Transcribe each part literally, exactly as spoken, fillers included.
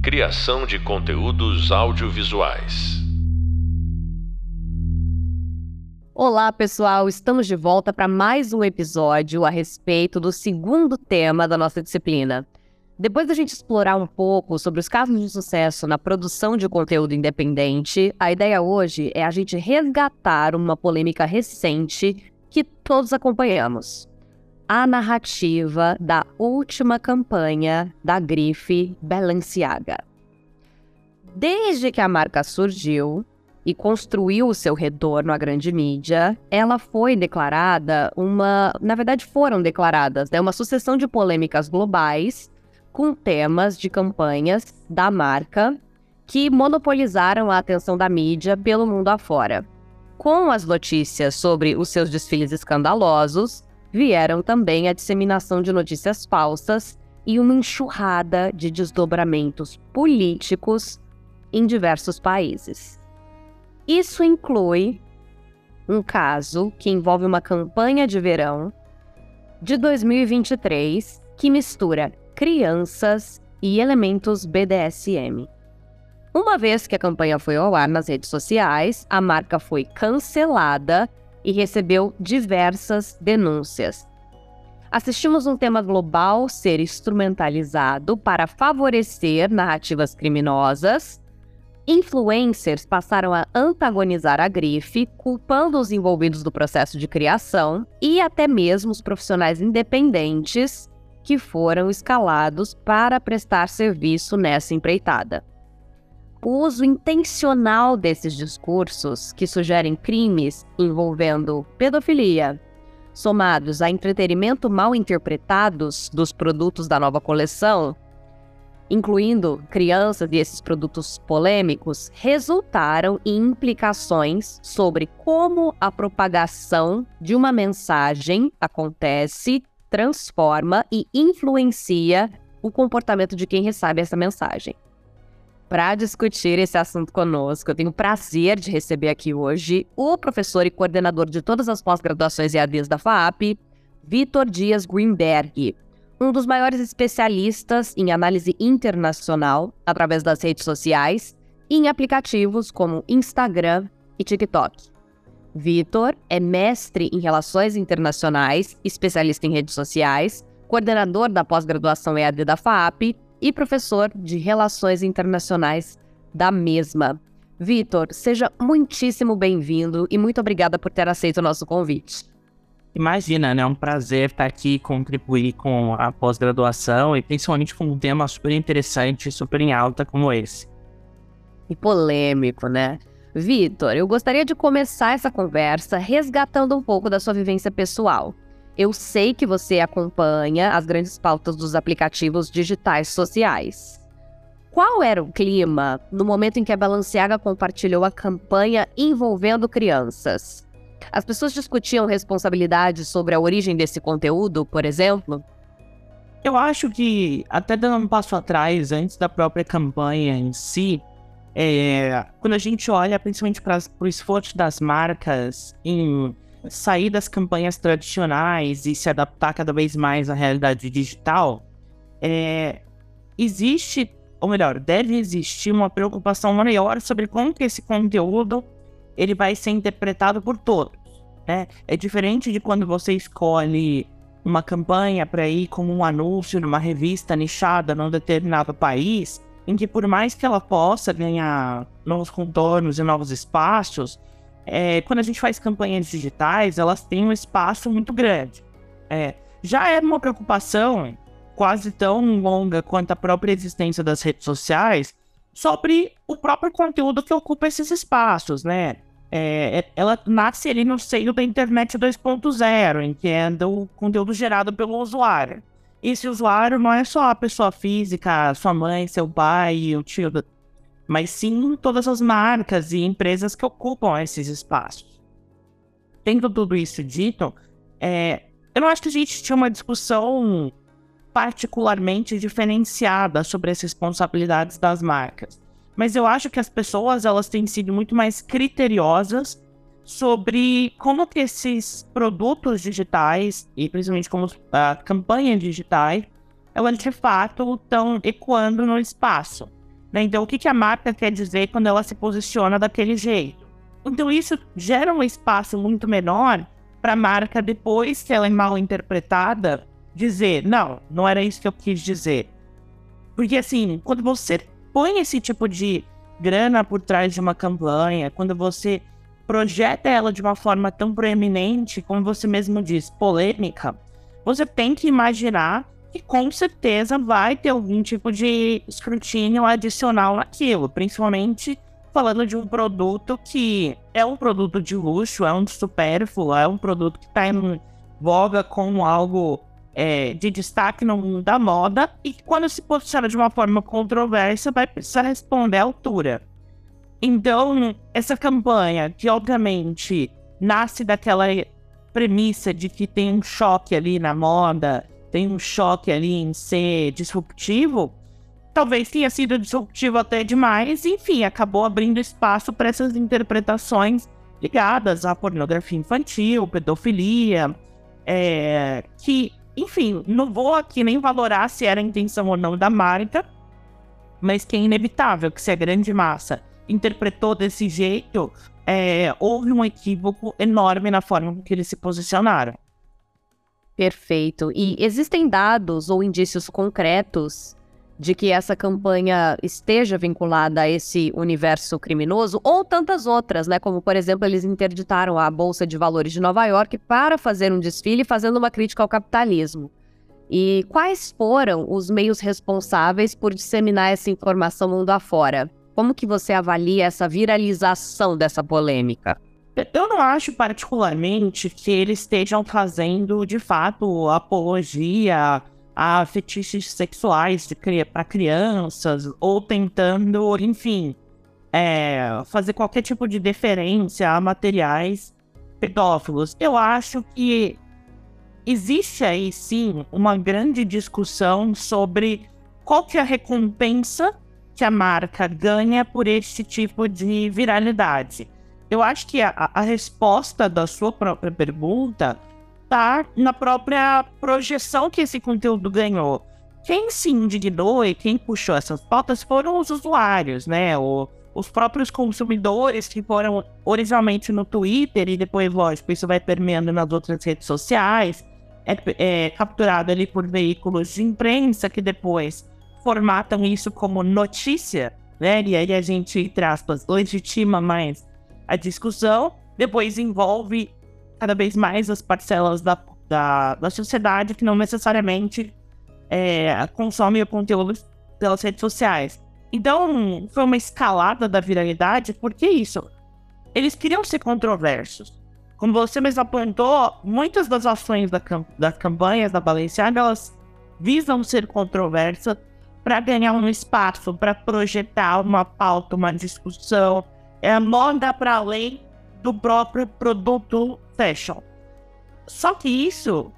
Criação de conteúdos audiovisuais. Olá, pessoal! Estamos de volta para mais um episódio a respeito do segundo tema da nossa disciplina. Depois da gente explorar um pouco sobre os casos de sucesso na produção de conteúdo independente, a ideia hoje é a gente resgatar uma polêmica recente que todos acompanhamos. A narrativa da última campanha da grife Balenciaga. Desde que a marca surgiu e construiu o seu retorno à grande mídia, ela foi declarada uma... Na verdade, foram declaradas, né, uma sucessão de polêmicas globais com temas de campanhas da marca que monopolizaram a atenção da mídia pelo mundo afora. Com as notícias sobre os seus desfiles escandalosos, vieram também a disseminação de notícias falsas e uma enxurrada de desdobramentos políticos em diversos países. Isso inclui um caso que envolve uma campanha de verão de dois mil e vinte e três que mistura crianças e elementos B D S M. Uma vez que a campanha foi ao ar nas redes sociais, a marca foi cancelada e recebeu diversas denúncias. Assistimos um tema global ser instrumentalizado para favorecer narrativas criminosas. Influencers passaram a antagonizar a grife, culpando os envolvidos do processo de criação e até mesmo os profissionais independentes que foram escalados para prestar serviço nessa empreitada. O uso intencional desses discursos, que sugerem crimes envolvendo pedofilia, somados a entretenimento mal interpretados dos produtos da nova coleção, incluindo crianças e esses produtos polêmicos, resultaram em implicações sobre como a propagação de uma mensagem acontece, transforma e influencia o comportamento de quem recebe essa mensagem. Para discutir esse assunto conosco, eu tenho o prazer de receber aqui hoje o professor e coordenador de todas as pós-graduações e A Ds da F A A P, Vitor Dias Greenberg, um dos maiores especialistas em análise internacional através das redes sociais e em aplicativos como Instagram e TikTok. Vitor é mestre em Relações Internacionais, especialista em redes sociais, coordenador da pós-graduação E A D da F A A P e professor de Relações Internacionais da mesma. Vitor, seja muitíssimo bem-vindo e muito obrigada por ter aceito o nosso convite. Imagina, né? É um prazer estar aqui e contribuir com a pós-graduação e principalmente com um tema super interessante e super em alta como esse. E polêmico, né? Vitor, eu gostaria de começar essa conversa resgatando um pouco da sua vivência pessoal. Eu sei que você acompanha as grandes pautas dos aplicativos digitais sociais. Qual era o clima no momento em que a Balenciaga compartilhou a campanha envolvendo crianças? As pessoas discutiam responsabilidade sobre a origem desse conteúdo, por exemplo? Eu acho que, até dando um passo atrás, antes da própria campanha em si, é, quando a gente olha principalmente para o esforço das marcas em sair das campanhas tradicionais e se adaptar cada vez mais à realidade digital, é, existe, ou melhor, deve existir uma preocupação maior sobre como que esse conteúdo ele vai ser interpretado por todos, né? É diferente de quando você escolhe uma campanha para ir como um anúncio numa revista nichada num determinado país, em que por mais que ela possa ganhar novos contornos e novos espaços, É, quando a gente faz campanhas digitais, elas têm um espaço muito grande. É, já era uma preocupação quase tão longa quanto a própria existência das redes sociais sobre o próprio conteúdo que ocupa esses espaços, né? É, ela nasce ali no seio da internet dois ponto zero, em que é o conteúdo gerado pelo usuário. E esse usuário não é só a pessoa física, sua mãe, seu pai, o tio... mas sim todas as marcas e empresas que ocupam esses espaços. Tendo tudo isso dito, é, eu não acho que a gente tinha uma discussão particularmente diferenciada sobre as responsabilidades das marcas, mas eu acho que as pessoas elas têm sido muito mais criteriosas sobre como que esses produtos digitais, e principalmente como a campanha digitais, elas de fato estão ecoando no espaço. né? Então, o que, que a marca quer dizer quando ela se posiciona daquele jeito? Então, isso gera um espaço muito menor para a marca, depois que ela é mal interpretada, dizer, não, não era isso que eu quis dizer. Porque, assim, quando você põe esse tipo de grana por trás de uma campanha, quando você projeta ela de uma forma tão proeminente, como você mesmo diz, polêmica, você tem que imaginar que com certeza vai ter algum tipo de escrutínio adicional naquilo, principalmente falando de um produto que é um produto de luxo, é um supérfluo, é um produto que está em voga como algo é, de destaque no mundo da moda, e quando se posiciona de uma forma controversa, vai precisar responder à altura. Então, essa campanha, que obviamente nasce daquela premissa de que tem um choque ali na moda, tem um choque ali em ser disruptivo, talvez tenha sido disruptivo até demais, e, enfim, acabou abrindo espaço para essas interpretações ligadas à pornografia infantil, pedofilia, é, que, enfim, não vou aqui nem valorar se era a intenção ou não da marca, mas que é inevitável que se a grande massa interpretou desse jeito, é, houve um equívoco enorme na forma com que eles se posicionaram. Perfeito. E existem dados ou indícios concretos de que essa campanha esteja vinculada a esse universo criminoso ou tantas outras, né? Como, por exemplo, eles interditaram a Bolsa de Valores de Nova York para fazer um desfile fazendo uma crítica ao capitalismo. E quais foram os meios responsáveis por disseminar essa informação mundo afora? Como que você avalia essa viralização dessa polêmica? Eu não acho particularmente que eles estejam fazendo, de fato, apologia a fetiches sexuais para crianças, ou tentando, enfim, é, fazer qualquer tipo de deferência a materiais pedófilos. Eu acho que existe aí, sim, uma grande discussão sobre qual que é a recompensa que a marca ganha por esse tipo de viralidade. Eu acho que a, a resposta da sua própria pergunta está na própria projeção que esse conteúdo ganhou. Quem se indignou e quem puxou essas pautas foram os usuários, né? O, os próprios consumidores que foram originalmente no Twitter e depois, lógico, isso vai permeando nas outras redes sociais, é, é capturado ali por veículos de imprensa que depois formatam isso como notícia, né? E aí a gente, entre aspas, legitima mais a discussão, depois envolve cada vez mais as parcelas da, da, da sociedade que não necessariamente é, consomem o conteúdo pelas redes sociais. Então, foi uma escalada da viralidade, porque isso, eles queriam ser controversos. Como você mesmo apontou, muitas das ações da, das campanhas da Balenciaga, elas visam ser controversas para ganhar um espaço, para projetar uma pauta, uma discussão, é a moda para além do próprio produto fashion. Só que isso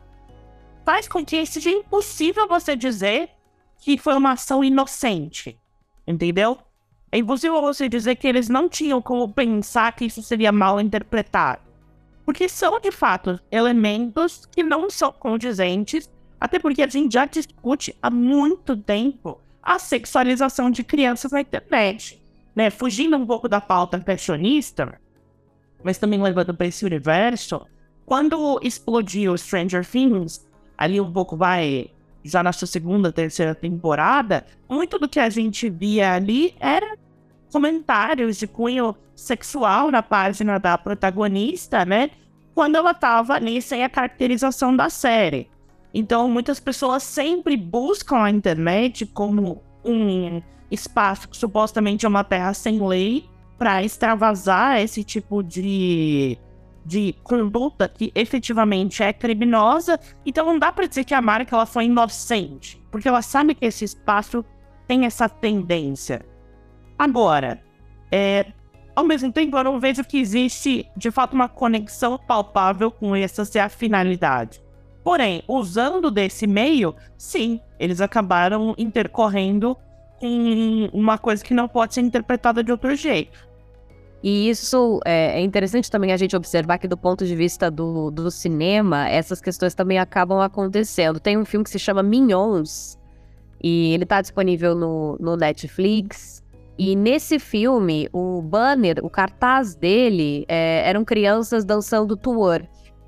faz com que seja impossível você dizer que foi uma ação inocente, entendeu? É impossível você dizer que eles não tinham como pensar que isso seria mal interpretado, porque são, de fato, elementos que não são condizentes, até porque a gente já discute há muito tempo a sexualização de crianças na internet. Né, fugindo um pouco da pauta fashionista, mas também levando para esse universo, quando explodiu Stranger Things, ali um pouco vai, já na sua segunda, terceira temporada, muito do que a gente via ali era comentários de cunho sexual na página da protagonista, né, quando ela estava ali sem a caracterização da série. Então, muitas pessoas sempre buscam a internet como um espaço que supostamente é uma terra sem lei para extravasar esse tipo de, de conduta que efetivamente é criminosa. Então não dá para dizer que a marca ela foi inocente, porque ela sabe que esse espaço tem essa tendência. Agora, é, ao mesmo tempo eu não vejo que existe de fato uma conexão palpável com essa ser a finalidade. Porém, usando desse meio, sim, eles acabaram intercorrendo em uma coisa que não pode ser interpretada de outro jeito. E isso é, é interessante também a gente observar que do ponto de vista do, do cinema, essas questões também acabam acontecendo. Tem um filme que se chama Minions, E ele tá disponível no, no Netflix. E nesse filme, o banner, o cartaz dele, é, eram crianças dançando twerk.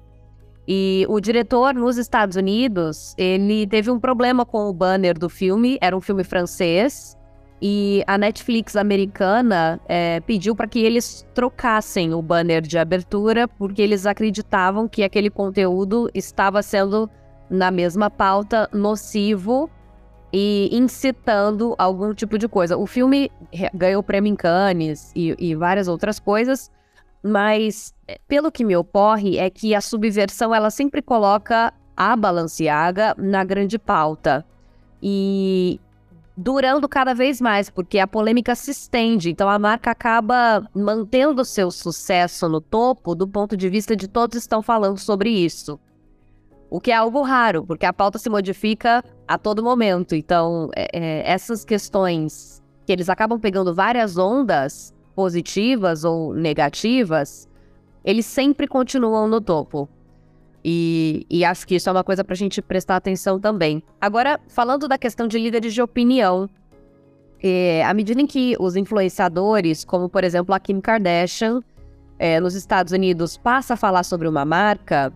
E o diretor, nos Estados Unidos, ele teve um problema com o banner do filme, era um filme francês, e a Netflix americana é, pediu para que eles trocassem o banner de abertura, porque eles acreditavam que aquele conteúdo estava sendo, na mesma pauta, nocivo e incitando algum tipo de coisa. O filme ganhou prêmio em Cannes e, e várias outras coisas, mas pelo que me ocorre é que a subversão ela sempre coloca a Balenciaga na grande pauta e durando cada vez mais, porque a polêmica se estende, então a marca acaba mantendo seu sucesso no topo do ponto de vista de todos estão falando sobre isso. O que é algo raro, porque a pauta se modifica a todo momento. Então, é, é, essas questões que eles acabam pegando várias ondas positivas ou negativas, eles sempre continuam no topo. E, e acho que isso é uma coisa para a gente prestar atenção também. Agora, falando da questão de líderes de opinião, é, à medida em que os influenciadores, como por exemplo a Kim Kardashian, é, nos Estados Unidos, passa a falar sobre uma marca,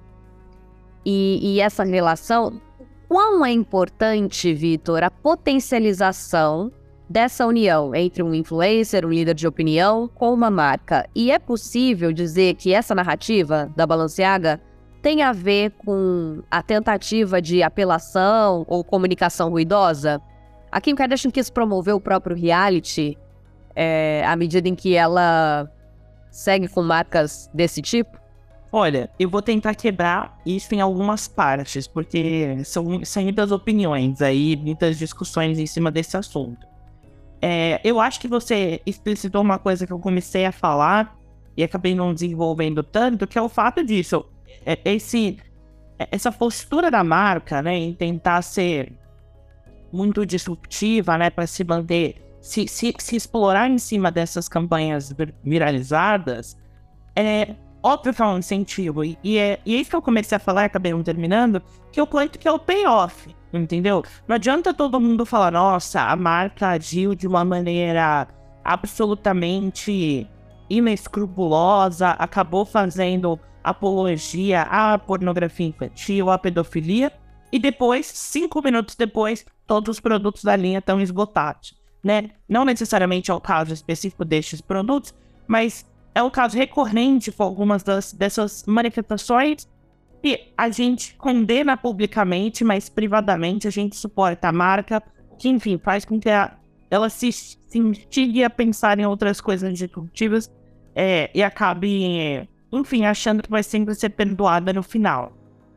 e, e essa relação, quão é importante, Vitor, a potencialização dessa união entre um influencer, um líder de opinião, com uma marca? E é possível dizer que essa narrativa da Balenciaga tem a ver com a tentativa de apelação ou comunicação ruidosa? A Kim Kardashian quis promover o próprio reality é, à medida em que ela segue com marcas desse tipo? Olha, eu vou tentar quebrar isso em algumas partes, porque são, são muitas opiniões aí, muitas discussões em cima desse assunto. É, eu acho que você explicitou uma coisa que eu comecei a falar e acabei não desenvolvendo tanto, que é o fato disso. É, esse, essa postura da marca, né, em tentar ser muito disruptiva, né, para se manter, se, se, se explorar em cima dessas campanhas viralizadas, é óbvio que é um incentivo. E, e, é, e é isso que eu comecei a falar e acabei não terminando, que eu conto que é o payoff, entendeu? Não adianta todo mundo falar, nossa, a marca agiu de uma maneira absolutamente inescrupulosa, acabou fazendo apologia à pornografia infantil, à pedofilia, e depois, cinco minutos depois, todos os produtos da linha estão esgotados, né? Não necessariamente é o caso específico destes produtos, mas é um caso recorrente com algumas das, dessas manifestações e a gente condena publicamente, mas privadamente a gente suporta a marca, que enfim, faz com que a, ela se, se instigue a pensar em outras coisas disruptivas é, e acabe, enfim, achando que vai sempre ser perdoada no final.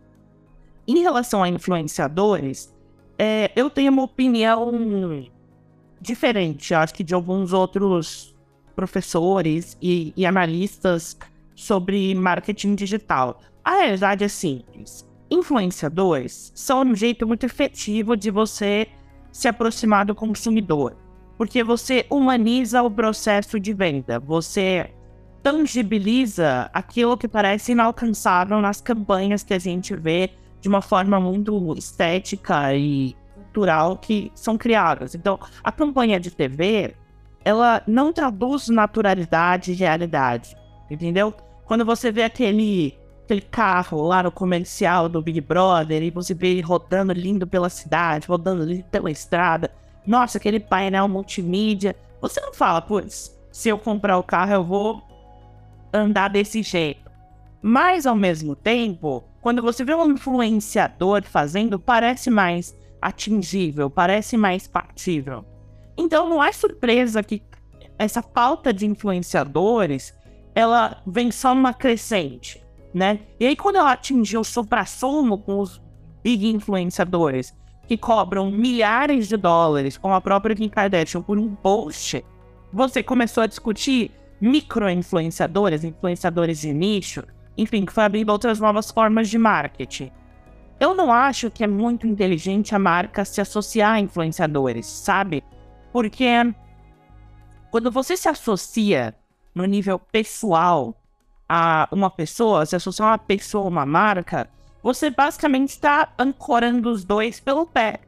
Em relação a influenciadores, é, eu tenho uma opinião diferente, acho que de alguns outros professores e, e analistas sobre marketing digital. A realidade é simples. Influenciadores são um jeito muito efetivo de você se aproximar do consumidor, porque você humaniza o processo de venda, você tangibiliza aquilo que parece inalcançável nas campanhas que a gente vê de uma forma muito estética e cultural que são criadas. Então, a campanha de T V, ela não traduz naturalidade e realidade, entendeu? Quando você vê aquele, aquele carro lá no comercial do Big Brother e você vê ele rodando lindo pela cidade, rodando lindo pela estrada, nossa, aquele painel multimídia, você não fala, putz, se eu comprar o carro eu vou andar desse jeito. Mas, ao mesmo tempo, quando você vê um influenciador fazendo, parece mais atingível, parece mais factível. Então, não é surpresa que essa falta de influenciadores, ela vem só numa crescente, né? E aí, quando ela atingiu o supra-sumo com os big influenciadores, que cobram milhares de dólares, com a própria Kim Kardashian, por um post, você começou a discutir micro-influenciadores, influenciadores de nicho, enfim, que foi abrindo outras novas formas de marketing. Eu não acho que é muito inteligente a marca se associar a influenciadores, sabe? Porque quando você se associa no nível pessoal a uma pessoa, se associar uma pessoa a uma marca, você basicamente está ancorando os dois pelo pé.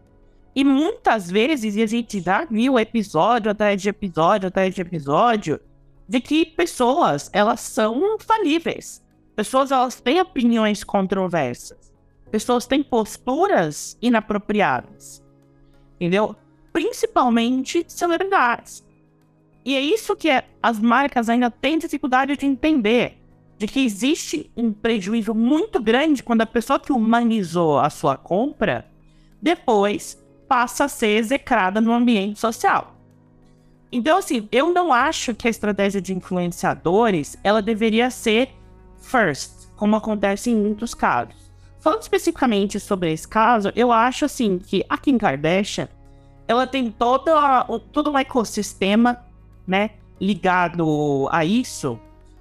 E muitas vezes a gente já viu episódio atrás de episódio atrás de episódio de que pessoas, elas são falíveis. Pessoas, elas têm opiniões controversas. Pessoas têm posturas inapropriadas. Entendeu? Principalmente celebridades. E é isso que é, as marcas ainda têm dificuldade de entender. De que existe um prejuízo muito grande quando a pessoa que humanizou a sua compra, depois passa a ser execrada no ambiente social. Então, assim, eu não acho que a estratégia de influenciadores, ela deveria ser first, como acontece em muitos casos. Falando especificamente sobre esse caso, eu acho, assim, que a Kim Kardashian, ela tem todo, a, todo um ecossistema, né, ligado a isso.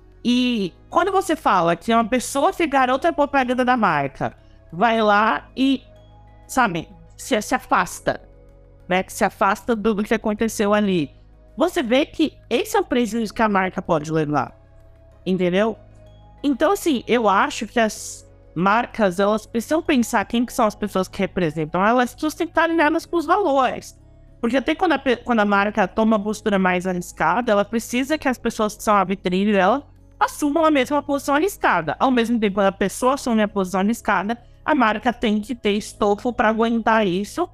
E quando você fala que uma pessoa que garota propaganda da marca vai lá e, sabe, se, se afasta, né? Que se afasta do, do que aconteceu ali. Você vê que esse é o prejuízo que a marca pode levar, entendeu? Então, assim, eu acho que as marcas, elas precisam pensar quem que são as pessoas que representam elas, sustentarem elas com os valores. Porque até quando a, quando a marca toma uma postura mais arriscada, ela precisa que as pessoas que são a vitrine dela assumam a mesma posição arriscada. Ao mesmo tempo, quando a pessoa assume a posição arriscada, a marca tem que ter estofo para aguentar isso,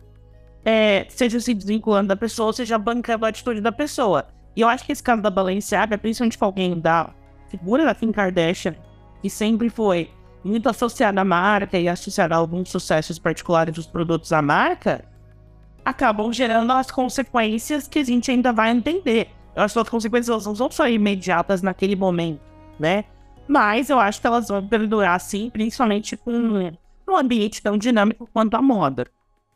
é, seja se desvinculando da pessoa, seja bancando a atitude da pessoa. E eu acho que esse caso da Balenciaga, principalmente com alguém da figura da Kim Kardashian, que sempre foi muito associada à marca e associada a alguns sucessos particulares dos produtos da marca, acabam gerando as consequências que a gente ainda vai entender. Eu acho que as consequências não são só imediatas naquele momento, né? Mas eu acho que elas vão perdurar, sim, principalmente com um ambiente tão dinâmico quanto a moda.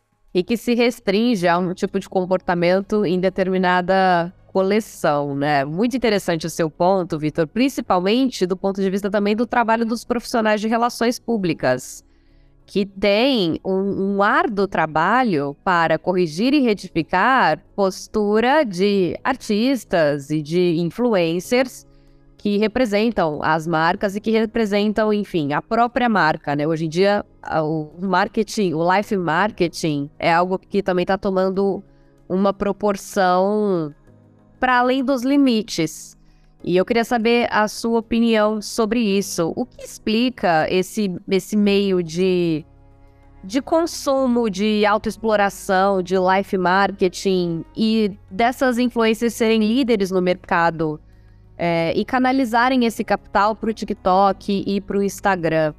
E que se restringe a um tipo de comportamento em determinada coleção, né? Muito interessante o seu ponto, Vitor, principalmente do ponto de vista também do trabalho dos profissionais de relações públicas, que tem um, um árduo trabalho para corrigir e retificar postura de artistas e de influencers que representam as marcas e que representam, enfim, a própria marca, né? Hoje em dia, o marketing, o life marketing é algo que também está tomando uma proporção para além dos limites. E eu queria saber a sua opinião sobre isso. O que explica esse, esse meio de, de consumo, de autoexploração, de life marketing e dessas influências serem líderes no mercado é, e canalizarem esse capital para o TikTok e para o Instagram?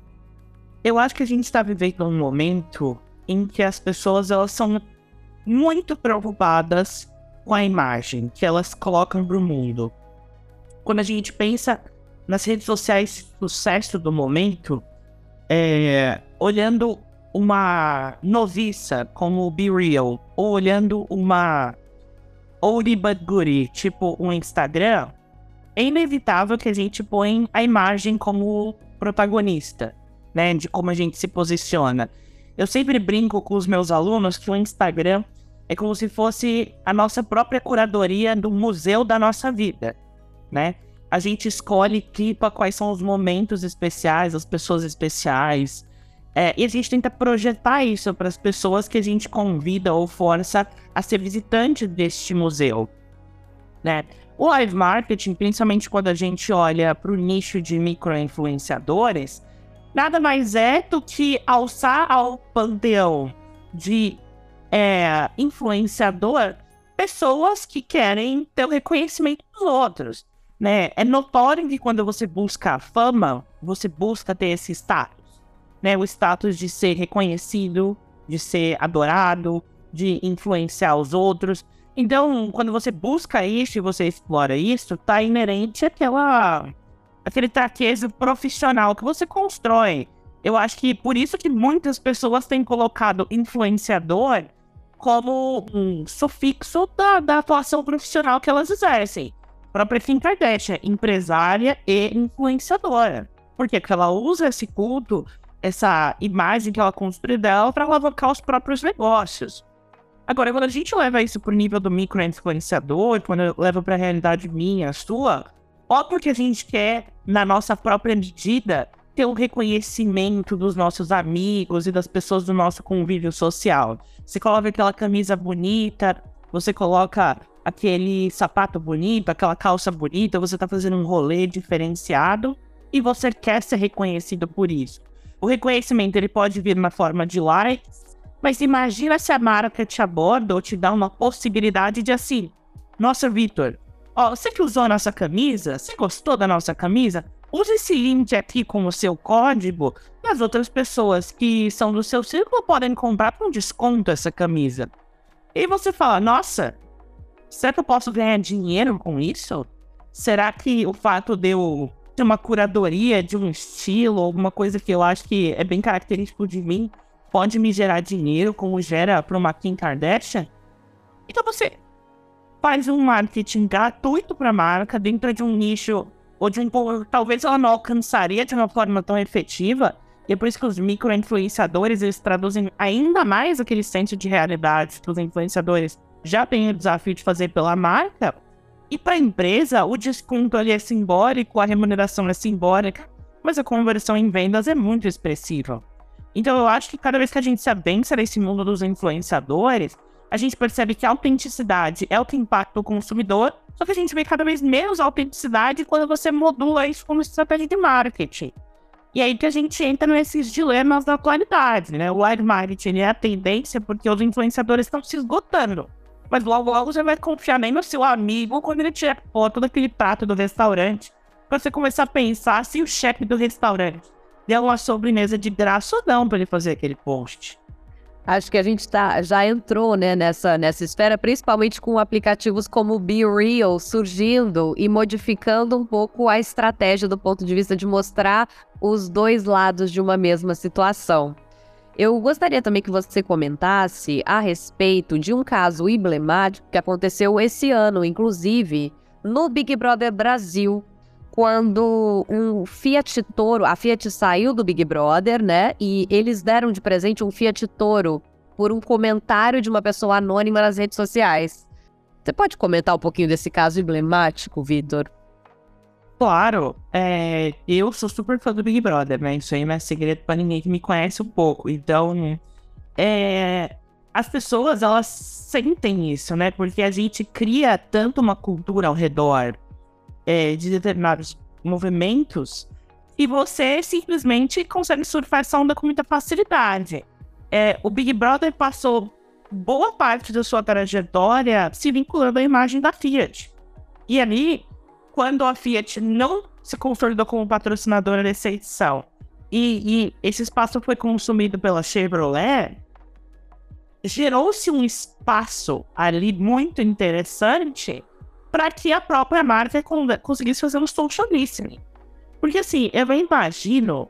Eu acho que a gente está vivendo um momento em que as pessoas elas são muito preocupadas com a imagem que elas colocam para o mundo. Quando a gente pensa nas redes sociais de sucesso do momento, é, olhando uma noviça como o Be Real, ou olhando uma oldie but goodie, tipo um Instagram, é inevitável que a gente põe a imagem como protagonista, né, de como a gente se posiciona. Eu sempre brinco com os meus alunos que o Instagram é como se fosse a nossa própria curadoria do museu da nossa vida, né? A gente escolhe, clipa quais são os momentos especiais, as pessoas especiais, é, e a gente tenta projetar isso para as pessoas que a gente convida ou força a ser visitante deste museu, né? O live marketing, principalmente quando a gente olha para o nicho de micro-influenciadores, nada mais é do que alçar ao panteão de é, influenciador pessoas que querem ter o reconhecimento dos outros, né? É notório que quando você busca a fama, você busca ter esse status, né? O status de ser reconhecido, de ser adorado, de influenciar os outros. Então, quando você busca isso e você explora isso, tá inerente àquela, aquele traquejo profissional que você constrói. Eu acho que por isso que muitas pessoas têm colocado influenciador como um sufixo da, da atuação profissional que elas exercem. A própria Kim Kardashian, empresária e influenciadora. Por quê? Porque ela usa esse culto, essa imagem que ela construiu dela para alavancar os próprios negócios. Agora, quando a gente leva isso pro nível do micro-influenciador, quando eu levo pra realidade minha, sua, óbvio que a gente quer, na nossa própria medida, ter o reconhecimento dos nossos amigos e das pessoas do nosso convívio social. Você coloca aquela camisa bonita, você coloca aquele sapato bonito, aquela calça bonita, você tá fazendo um rolê diferenciado e você quer ser reconhecido por isso. O reconhecimento, ele pode vir na forma de likes, mas imagina se a marca te aborda ou te dá uma possibilidade de assim, nossa, Vitor, ó, você que usou a nossa camisa, você gostou da nossa camisa? Use esse link aqui com o seu código e as outras pessoas que são do seu círculo podem comprar com desconto essa camisa. E você fala, nossa, será que eu posso ganhar dinheiro com isso? Será que o fato de eu ter uma curadoria de um estilo, alguma coisa que eu acho que é bem característico de mim, pode me gerar dinheiro como gera para uma Kim Kardashian? Então você faz um marketing gratuito para a marca dentro de um nicho ou de um povo, talvez ela não alcançaria de uma forma tão efetiva, e é por isso que os micro-influenciadores, eles traduzem ainda mais aquele senso de realidade que os influenciadores já têm o desafio de fazer pela marca, e para a empresa, o desconto ali é simbólico, a remuneração é simbólica, mas a conversão em vendas é muito expressiva. Então eu acho que cada vez que a gente se adentra nesse mundo dos influenciadores, a gente percebe que a autenticidade é o que impacta o consumidor, só que a gente vê cada vez menos autenticidade quando você modula isso como estratégia de marketing. E aí que a gente entra nesses dilemas da atualidade, né? O live marketing é a tendência porque os influenciadores estão se esgotando. Mas logo logo você vai confiar nem no seu amigo quando ele tira foto daquele prato do restaurante, pra você começar a pensar se o chefe do restaurante deu uma sobremesa de graça ou não pra ele fazer aquele post. Acho que a gente tá, já entrou, né, nessa, nessa esfera, principalmente com aplicativos como o Be Real surgindo e modificando um pouco a estratégia do ponto de vista de mostrar os dois lados de uma mesma situação. Eu gostaria também que você comentasse a respeito de um caso emblemático que aconteceu esse ano, inclusive, no Big Brother Brasil, quando um Fiat Toro, a Fiat saiu do Big Brother, né, e eles deram de presente um Fiat Toro por um comentário de uma pessoa anônima nas redes sociais. Você pode comentar um pouquinho desse caso emblemático, Vitor? Claro, é, eu sou super fã do Big Brother, né, isso aí não é segredo pra ninguém que me conhece um pouco, então, é, as pessoas, elas sentem isso, né, porque a gente cria tanto uma cultura ao redor É, de determinados movimentos, e você simplesmente consegue surfar essa onda com muita facilidade. É, o Big Brother passou boa parte da sua trajetória se vinculando à imagem da Fiat. E ali, quando a Fiat não se consolidou como patrocinadora dessa edição, e, e esse espaço foi consumido pela Chevrolet, gerou-se um espaço ali muito interessante para que a própria marca conseguisse fazer um social listening. Porque assim, eu imagino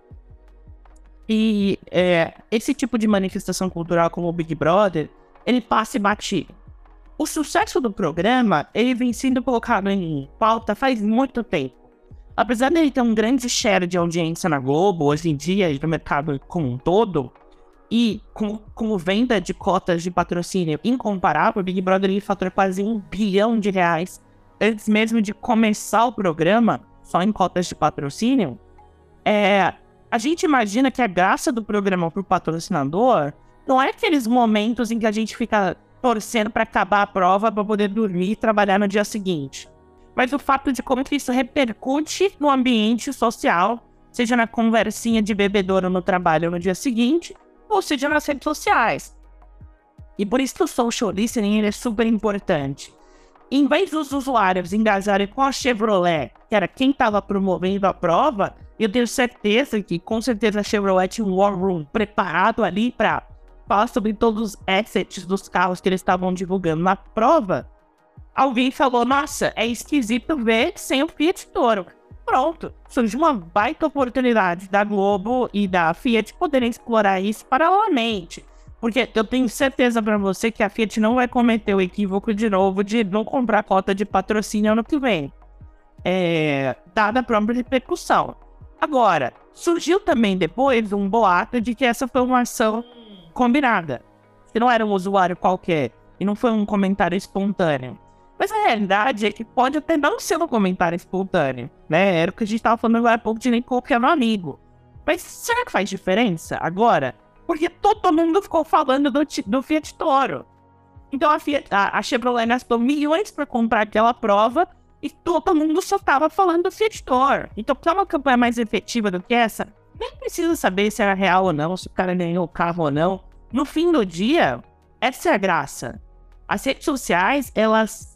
que é, esse tipo de manifestação cultural como o Big Brother, ele passe batido. O sucesso do programa, ele vem sendo colocado em pauta faz muito tempo. Apesar dele ter um grande share de audiência na Globo, hoje em dia, no mercado como um todo, e com, com venda de cotas de patrocínio incomparável, o Big Brother ele faturou quase um bilhão de reais antes mesmo de começar o programa, só em cotas de patrocínio. É, a gente imagina que a graça do programa para o patrocinador não é aqueles momentos em que a gente fica torcendo para acabar a prova para poder dormir e trabalhar no dia seguinte, mas o fato de como que isso repercute no ambiente social, seja na conversinha de bebedouro no trabalho no dia seguinte, ou seja nas redes sociais. E por isso que o social listening ele é super importante. Em vez dos usuários engajarem com a Chevrolet, que era quem estava promovendo a prova, eu tenho certeza que, com certeza, a Chevrolet tinha um war room preparado ali para falar sobre todos os assets dos carros que eles estavam divulgando na prova. Alguém falou, nossa, é esquisito ver sem o Fiat Toro. Pronto, surgiu uma baita oportunidade da Globo e da Fiat poderem explorar isso paralelamente. Porque eu tenho certeza pra você que a Fiat não vai cometer o equívoco de novo de não comprar cota de patrocínio ano que vem. É, dada a própria repercussão. Agora, surgiu também depois um boato de que essa foi uma ação combinada. Que não era um usuário qualquer e não foi um comentário espontâneo. Mas a realidade é que pode até não ser um comentário espontâneo, né? Era o que a gente tava falando agora há pouco de nem confiar no amigo. Mas será que faz diferença agora? Porque todo mundo ficou falando do, do Fiat Toro. Então a, Fiat, a, a Chevrolet gastou milhões para comprar aquela prova e todo mundo só tava falando do Fiat Toro. Então, para uma campanha mais efetiva do que essa, nem precisa saber se era real ou não, se o cara ganhou o carro ou não. No fim do dia, essa é a graça. As redes sociais, elas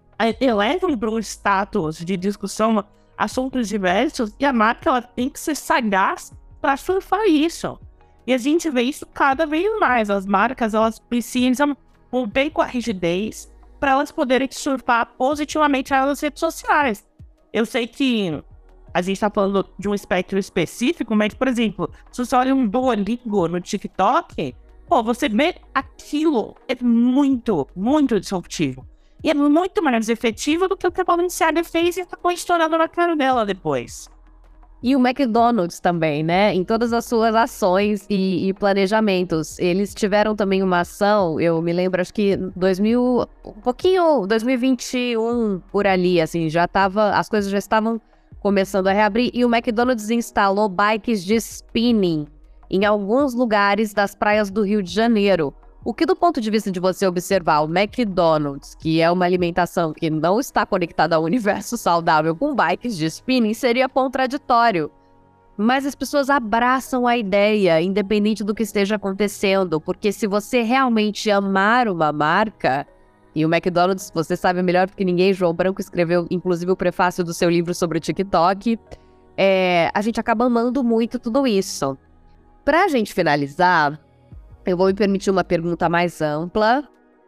elevam para um status de discussão assuntos diversos e a marca ela tem que ser sagaz para surfar isso. E a gente vê isso cada vez mais. As marcas elas precisam romper com a rigidez para elas poderem surfar positivamente nas redes sociais. Eu sei que a gente está falando de um espectro específico, mas, por exemplo, se você olha um Duolingo no TikTok, pô, você vê aquilo é muito, muito disruptivo. E é muito mais efetivo do que o que a Balenciaga fez e acabou estourando na cara dela depois. E o McDonald's também, né? Em todas as suas ações e, e planejamentos. Eles tiveram também uma ação, eu me lembro, acho que dois mil, um pouquinho, dois mil e vinte e um, por ali, assim, já tava, as coisas já estavam começando a reabrir. E o McDonald's instalou bikes de spinning em alguns lugares das praias do Rio de Janeiro. O que, do ponto de vista de você observar o McDonald's, que é uma alimentação que não está conectada ao universo saudável com bikes de spinning, seria contraditório. Mas as pessoas abraçam a ideia, independente do que esteja acontecendo, porque se você realmente amar uma marca, e o McDonald's, você sabe melhor do que ninguém, João Branco escreveu inclusive o prefácio do seu livro sobre o TikTok, é, a gente acaba amando muito tudo isso. Pra gente finalizar, eu vou me permitir uma pergunta mais ampla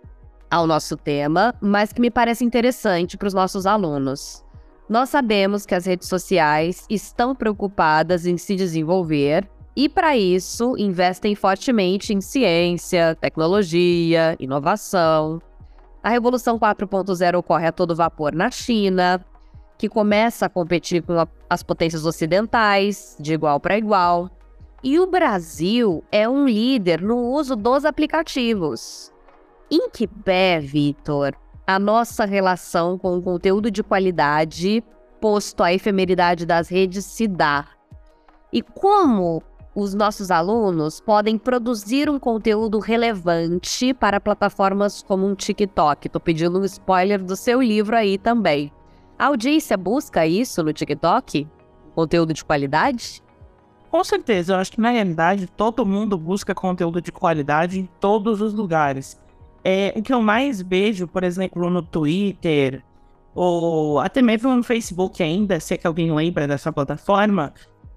ao nosso tema, mas que me parece interessante para os nossos alunos. Nós sabemos que as redes sociais estão preocupadas em se desenvolver e, para isso, investem fortemente em ciência, tecnologia, inovação. A Revolução quatro ponto zero ocorre a todo vapor na China, que começa a competir com a, as potências ocidentais, de igual para igual. E o Brasil é um líder no uso dos aplicativos. Em que pé, Vitor, a nossa relação com o conteúdo de qualidade, posto à efemeridade das redes, se dá? E como os nossos alunos podem produzir um conteúdo relevante para plataformas como um TikTok? Estou pedindo um spoiler do seu livro aí também. A audiência busca isso no TikTok? Conteúdo de qualidade? Com certeza, eu acho que na realidade todo mundo busca conteúdo de qualidade em todos os lugares. É, o que eu mais vejo, por exemplo, no Twitter, ou até mesmo no Facebook ainda, se é que alguém lembra dessa plataforma,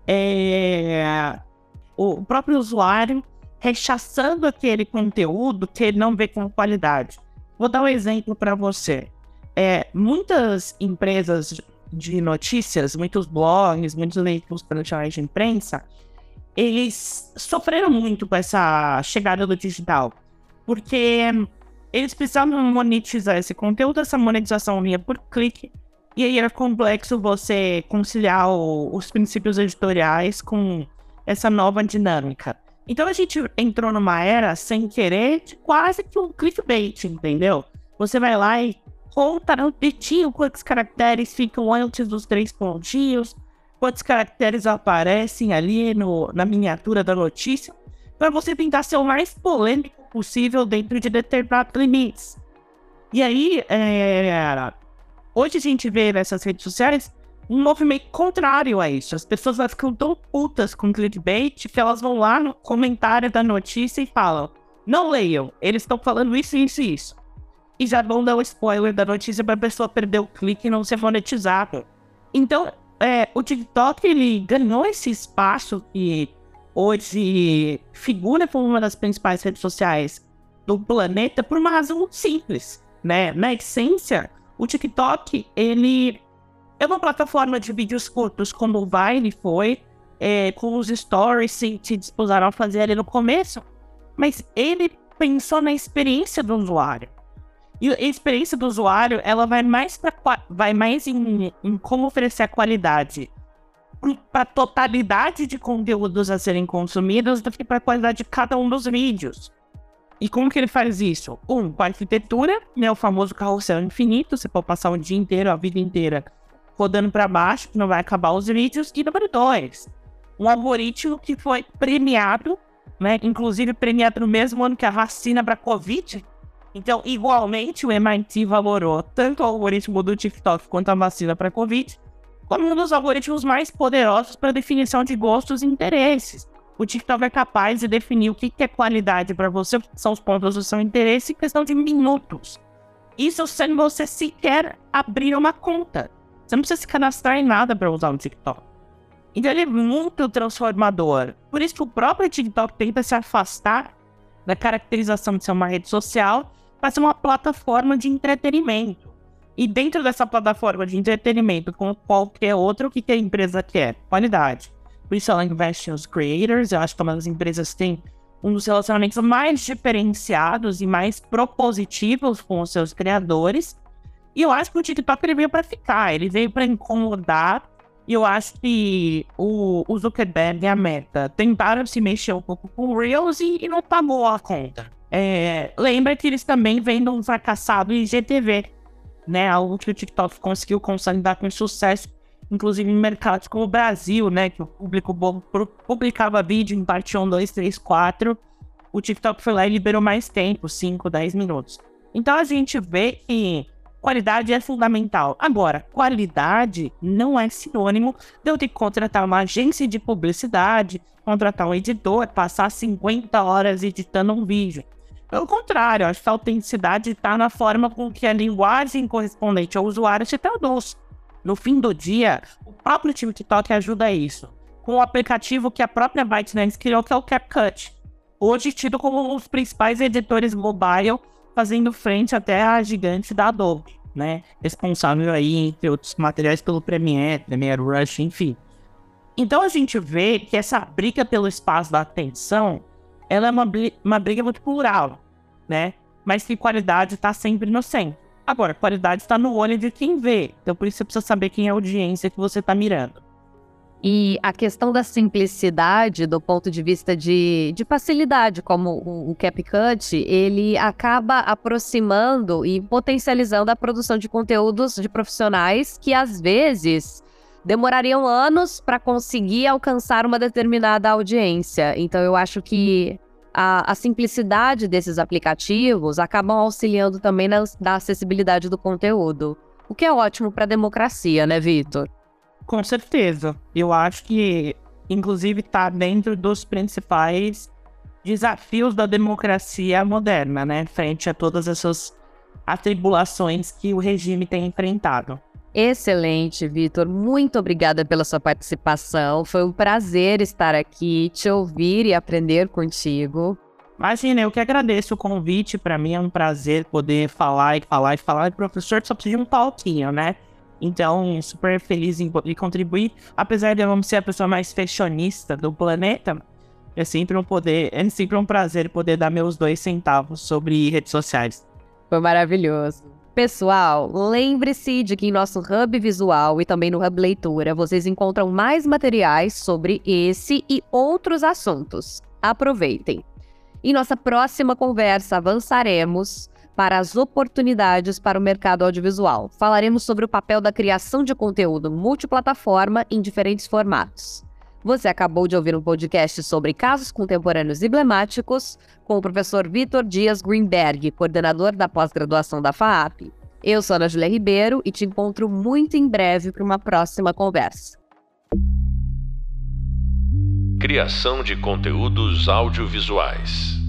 é o próprio usuário rechaçando aquele conteúdo que ele não vê com qualidade. Vou dar um exemplo para você. É, muitas empresas de notícias, muitos blogs, muitos veículos tradicionais de imprensa, eles sofreram muito com essa chegada do digital, porque eles precisavam monetizar esse conteúdo, essa monetização vinha por clique, e aí era complexo você conciliar o, os princípios editoriais com essa nova dinâmica. Então a gente entrou numa era, sem querer, de quase que um clickbait, entendeu? Você vai lá e conta no dedinho quantos caracteres ficam antes dos três pontinhos, quantos caracteres aparecem ali no, na miniatura da notícia, para você tentar ser o mais polêmico possível dentro de determinados limites. E aí, é, hoje a gente vê nessas redes sociais um movimento contrário a isso. As pessoas elas ficam tão putas com clickbait que elas vão lá no comentário da notícia e falam: não leiam, eles estão falando isso, isso e isso. E já vão dar o spoiler da notícia para a pessoa perder o clique e não ser monetizado. Então, é, o TikTok ele ganhou esse espaço que hoje figura como uma das principais redes sociais do planeta por uma razão muito simples, né? Na essência, o TikTok ele é uma plataforma de vídeos curtos, como o Vine foi, é, com os stories se, se dispuseram a fazer ali no começo, mas ele pensou na experiência do usuário. E a experiência do usuário, ela vai mais, pra, vai mais em, em como oferecer a qualidade para a totalidade de conteúdos a serem consumidos do que para a qualidade de cada um dos vídeos. E como que ele faz isso? Um, com a arquitetura, né, o famoso carrossel infinito, você pode passar o dia inteiro, a vida inteira, rodando para baixo, que não vai acabar os vídeos. E número dois, um algoritmo que foi premiado, né, inclusive premiado no mesmo ano que a vacina para Covid. Então, igualmente, o M I T valorou tanto o algoritmo do TikTok quanto a vacina para Covid como um dos algoritmos mais poderosos para definição de gostos e interesses. O TikTok é capaz de definir o que é qualidade para você, o que são os pontos do seu interesse, em questão de minutos. Isso sem você sequer abrir uma conta. Você não precisa se cadastrar em nada para usar o TikTok. Então ele é muito transformador. Por isso que o próprio TikTok tenta se afastar da caracterização de ser uma rede social para ser uma plataforma de entretenimento. E dentro dessa plataforma de entretenimento, como qualquer outra, o que a empresa quer? Qualidade. Por isso ela investe nos creators. Eu acho que uma das empresas tem um dos relacionamentos mais diferenciados e mais propositivos com os seus criadores. E eu acho que o TikTok ele veio para ficar, ele veio para incomodar. E eu acho que o, o Zuckerberg e a Meta tentaram se mexer um pouco com o Reels e, e não pagou a conta. É, lembra que eles também vêm de um fracassado I G T V, né? Algo que o TikTok conseguiu consolidar com sucesso, inclusive em mercados como o Brasil, né? Que o público publicava vídeo em parte um, dois, três, quatro. O TikTok foi lá e liberou mais tempo, cinco, dez minutos. Então a gente vê que qualidade é fundamental. Agora, qualidade não é sinônimo de eu ter que contratar uma agência de publicidade, contratar um editor, passar cinquenta horas editando um vídeo. Pelo contrário, acho que a autenticidade está na forma com que a linguagem correspondente ao usuário se traduz. No fim do dia, o próprio TikTok ajuda isso, com o aplicativo que a própria ByteDance criou, que é o CapCut. Hoje tido como um dos principais editores mobile, fazendo frente até à gigante da Adobe, né? Responsável aí, entre outros materiais, pelo Premiere, Premiere Rush, enfim. Então a gente vê que essa briga pelo espaço da atenção, ela é uma, uma briga muito plural, né? Mas que qualidade está sempre no centro. Agora, qualidade está no olho de quem vê. Então por isso você precisa saber quem é a audiência que você está mirando. E a questão da simplicidade, do ponto de vista de, de facilidade, como o, o CapCut, ele acaba aproximando e potencializando a produção de conteúdos de profissionais que, às vezes, demorariam anos para conseguir alcançar uma determinada audiência. Então, eu acho que a, a simplicidade desses aplicativos acabam auxiliando também na, na acessibilidade do conteúdo, o que é ótimo para a democracia, né, Vitor? Com certeza. Eu acho que, inclusive, está dentro dos principais desafios da democracia moderna, né? Frente a todas essas atribulações que o regime tem enfrentado. Excelente, Vitor. Muito obrigada pela sua participação. Foi um prazer estar aqui, te ouvir e aprender contigo. Imagina, eu que agradeço o convite. Para mim é um prazer poder falar e falar e falar. E professor só precisa de um palquinho, né? Então, super feliz em poder contribuir. Apesar de eu não ser a pessoa mais fashionista do planeta, é sempre um poder, é sempre um prazer poder dar meus dois centavos sobre redes sociais. Foi maravilhoso. Pessoal, lembre-se de que em nosso Hub Visual e também no Hub Leitura, vocês encontram mais materiais sobre esse e outros assuntos. Aproveitem. Em nossa próxima conversa, avançaremos para as oportunidades para o mercado audiovisual. Falaremos sobre o papel da criação de conteúdo multiplataforma em diferentes formatos. Você acabou de ouvir um podcast sobre casos contemporâneos emblemáticos com o professor Vitor Dias Greenberg, coordenador da pós-graduação da FAAP. Eu sou Ana Júlia Ribeiro e te encontro muito em breve para uma próxima conversa. Criação de conteúdos audiovisuais.